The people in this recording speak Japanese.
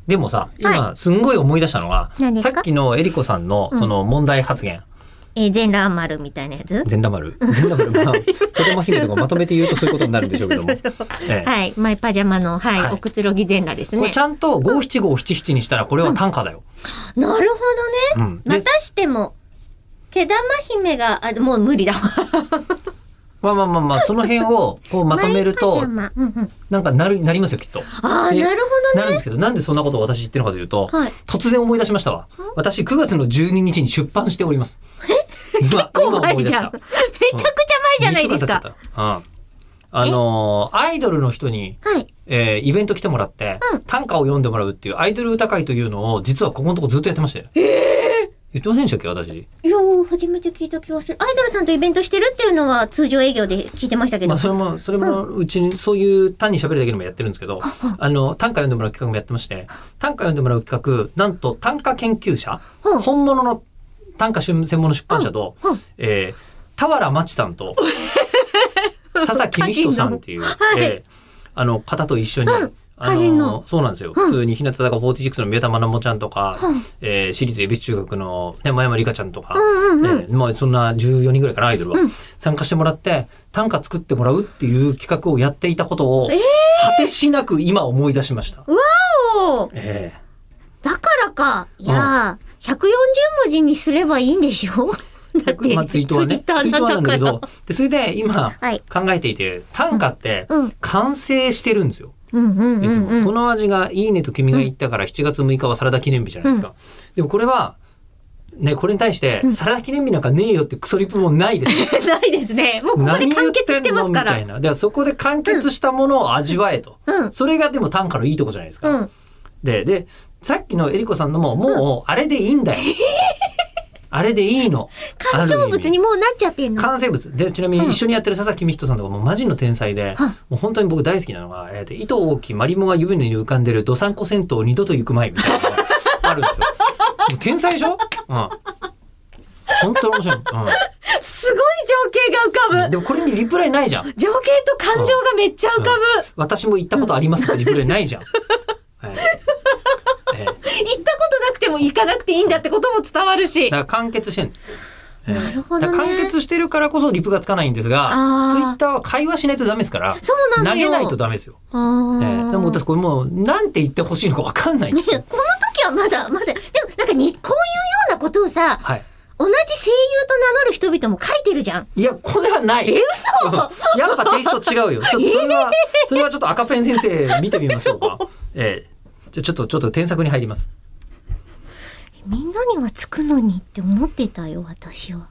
でもさ、今すんごい思い出したのが、さっきのえりこさんのその問題発言。 全裸丸みたいなやつ？ 全裸丸。全裸丸。まあ、子供姫とかまとめて言うとそういうことになるんでしょうけども。 はい。マイパジャマの、はい、おくつろぎ全裸ですね。 これちゃんと五七五七七にしたらこれは短歌だよ。 なるほどね。またしても、毛玉姫が、もう無理だわ。 まあ、その辺をこうまとめると、なんかなりますよ、きっと。 なるほどね。 なるんですけど、なんでそんなことを私言ってるのかというと、突然思い出しましたわ。私、9月の12日に出版しております。 結構前じゃん。めちゃくちゃ前じゃないですか。 アイドルの人に、イベント来てもらって、短歌を読んでもらうっていうアイドル歌会というのを、実はここのとこずっとやってましたよ。言ってませんでしたっけ、私。 いや初めて聞いた気がする。アイドルさんとイベントしてるっていうのは通常営業で聞いてましたけど。 それもうちにそういう単に喋るだけでもやってるんですけど、短歌読んでもらう企画もやってまして、短歌読んでもらう企画、なんと短歌研究者、本物の短歌専門の出版社と、田原町さんと、佐々木美人さんっていう、方と一緒に、そうなんですよ。普通に日向坂46の宮田愛萌ちゃんとか、私立恵比寿中学の前山里香ちゃんとか、そんな14人ぐらいかな、アイドルは、参加してもらって、短歌作ってもらうっていう企画をやっていたことを、果てしなく今思い出しました。 わお、だからか。いや140文字にすればいいんでしょだって、 ツイートはね。ツイートはなんだけど、それで今考えていて、短歌って完成してるんですよ。この味がいいねと君が言ったから7月6日はサラダ記念日じゃないですか。でもこれは、ね、これに対して、サラダ記念日なんかねえよってクソリプもないです。 ないですね。もうここで完結してますから。 みたいな。でそこで完結したものを味わえと。それがでも短歌のいいとこじゃないですか。で、さっきのえりこさんのもうあれでいいんだよ。あれでいいの。 鑑賞物にもうなっちゃってんの。 完成物。で、ちなみに一緒にやってる佐々木美人さんとかもマジの天才で、もう本当に僕大好きなのが、糸大きマリモが湯船に浮かんでるどさんこ銭湯を二度と行く前みたいなのがあるんですよ。もう天才でしょ？本当に面白い。 すごい情景が浮かぶ。 でもこれにリプライないじゃん。 情景と感情がめっちゃ浮かぶ。 私も行ったことありますってリプライないじゃん。 行ったことなくても行かなくていいんだってことも伝わるし。 だから完結してんの。 なるほどね。 完結してるからこそリプがつかないんですが、ツイッターは会話しないとダメですから、 そうなのよ。 投げないとダメですよ。でも私これもうなんて言ってほしいのか分かんないんですよ。 この時はまだ、でもなんかこういうようなことをさ、同じ声優と名乗る人々も書いてるじゃん。 いや、これはない。 嘘やっぱテイスト違うよ。それはちょっと赤ペン先生見てみましょうか。ちょっと添削に入ります。 みんなにはつくのにって思ってたよ、私は。